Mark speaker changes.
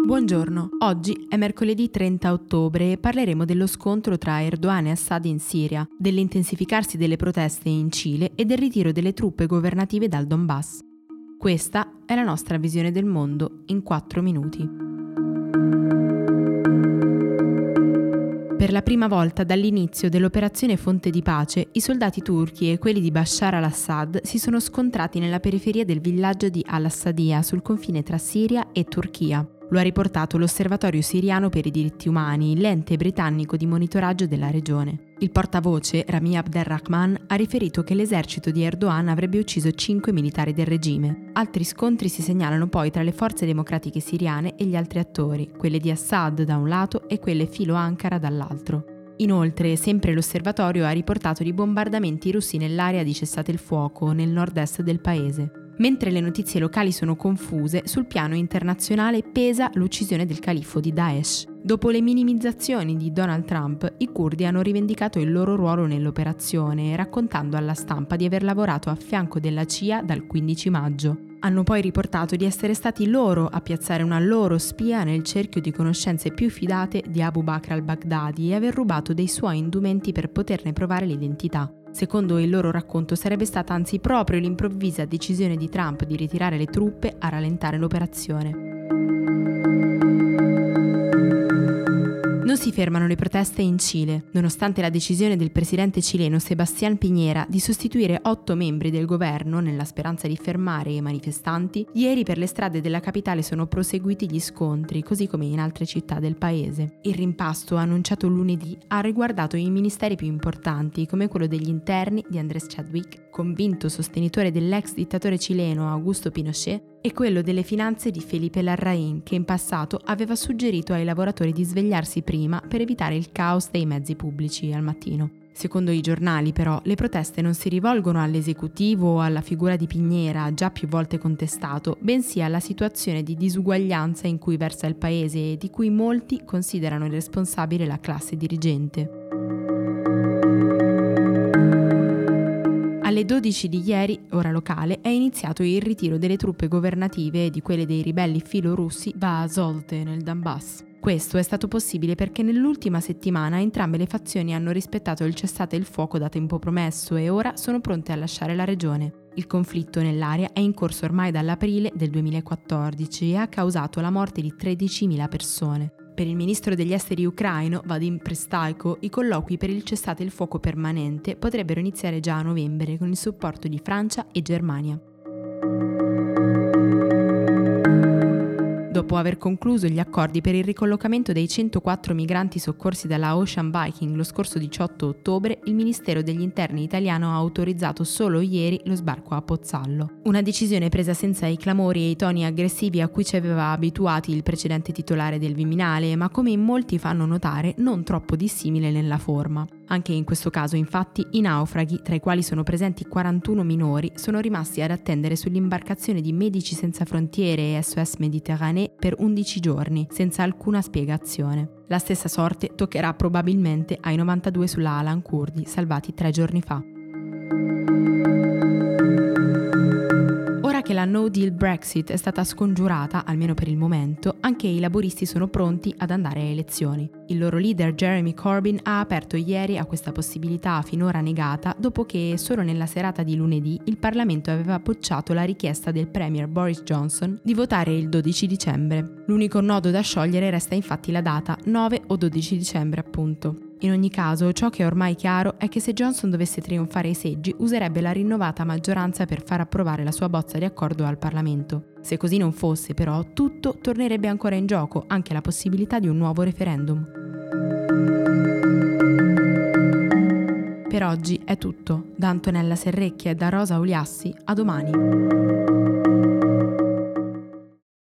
Speaker 1: Buongiorno, oggi è mercoledì 30 ottobre e parleremo dello scontro tra Erdogan e Assad in Siria, dell'intensificarsi delle proteste in Cile e del ritiro delle truppe governative dal Donbass. Questa è la nostra visione del mondo in 4 minuti. Per la prima volta dall'inizio dell'operazione Fonte di Pace, i soldati turchi e quelli di Bashar al-Assad si sono scontrati nella periferia del villaggio di al-Assadia sul confine tra Siria e Turchia. Lo ha riportato l'Osservatorio Siriano per i Diritti Umani, l'ente britannico di monitoraggio della regione. Il portavoce, Rami Abderrahman, ha riferito che l'esercito di Erdogan avrebbe ucciso 5 militari del regime. Altri scontri si segnalano poi tra le forze democratiche siriane e gli altri attori, quelle di Assad da un lato e quelle filo Ankara dall'altro. Inoltre, sempre l'osservatorio ha riportato di bombardamenti russi nell'area di cessate il fuoco, nel nord-est del paese. Mentre le notizie locali sono confuse, sul piano internazionale pesa l'uccisione del califfo di Daesh. Dopo le minimizzazioni di Donald Trump, i curdi hanno rivendicato il loro ruolo nell'operazione, raccontando alla stampa di aver lavorato a fianco della CIA dal 15 maggio. Hanno poi riportato di essere stati loro a piazzare una loro spia nel cerchio di conoscenze più fidate di Abu Bakr al-Baghdadi e aver rubato dei suoi indumenti per poterne provare l'identità. Secondo il loro racconto sarebbe stata anzi proprio l'improvvisa decisione di Trump di ritirare le truppe a rallentare l'operazione. Non si fermano le proteste in Cile, nonostante la decisione del presidente cileno Sebastián Piñera di sostituire 8 membri del governo nella speranza di fermare i manifestanti. Ieri per le strade della capitale sono proseguiti gli scontri, così come in altre città del paese. Il rimpasto annunciato lunedì ha riguardato i ministeri più importanti, come quello degli interni di Andrés Chadwick, convinto sostenitore dell'ex dittatore cileno Augusto Pinochet, e quello delle finanze di Felipe Larraín, che in passato aveva suggerito ai lavoratori di svegliarsi prima per evitare il caos dei mezzi pubblici al mattino. Secondo i giornali, però, le proteste non si rivolgono all'esecutivo o alla figura di Piñera, già più volte contestato, bensì alla situazione di disuguaglianza in cui versa il paese e di cui molti considerano il responsabile la classe dirigente. Alle 12 di ieri, ora locale, è iniziato il ritiro delle truppe governative e di quelle dei ribelli filorussi da Azolte, nel Donbass. Questo è stato possibile perché nell'ultima settimana entrambe le fazioni hanno rispettato il cessate il fuoco da tempo promesso e ora sono pronte a lasciare la regione. Il conflitto nell'area è in corso ormai dall'aprile del 2014 e ha causato la morte di 13.000 persone. Per il ministro degli esteri ucraino, Vadim Prystaiko, i colloqui per il cessate il fuoco permanente potrebbero iniziare già a novembre con il supporto di Francia e Germania. Dopo aver concluso gli accordi per il ricollocamento dei 104 migranti soccorsi dalla Ocean Viking lo scorso 18 ottobre, il Ministero degli Interni italiano ha autorizzato solo ieri lo sbarco a Pozzallo. Una decisione presa senza i clamori e i toni aggressivi a cui ci aveva abituati il precedente titolare del Viminale, ma come in molti fanno notare, non troppo dissimile nella forma. Anche in questo caso, infatti, i naufraghi, tra i quali sono presenti 41 minori, sono rimasti ad attendere sull'imbarcazione di Medici Senza Frontiere e SOS Méditerranée per 11 giorni, senza alcuna spiegazione. La stessa sorte toccherà probabilmente ai 92 sulla Alan Kurdi, salvati 3 giorni fa. Ora che la no deal Brexit è stata scongiurata, almeno per il momento, anche i laburisti sono pronti ad andare a elezioni. Il loro leader Jeremy Corbyn ha aperto ieri a questa possibilità finora negata dopo che solo nella serata di lunedì il Parlamento aveva bocciato la richiesta del premier Boris Johnson di votare il 12 dicembre. L'unico nodo da sciogliere resta infatti la data, 9 o 12 dicembre appunto. In ogni caso, ciò che è ormai chiaro è che se Johnson dovesse trionfare ai seggi, userebbe la rinnovata maggioranza per far approvare la sua bozza di accordo al Parlamento. Se così non fosse, però, tutto tornerebbe ancora in gioco, anche la possibilità di un nuovo referendum. Per oggi è tutto. Da Antonella Serrecchia e da Rosa Uliassi, a domani.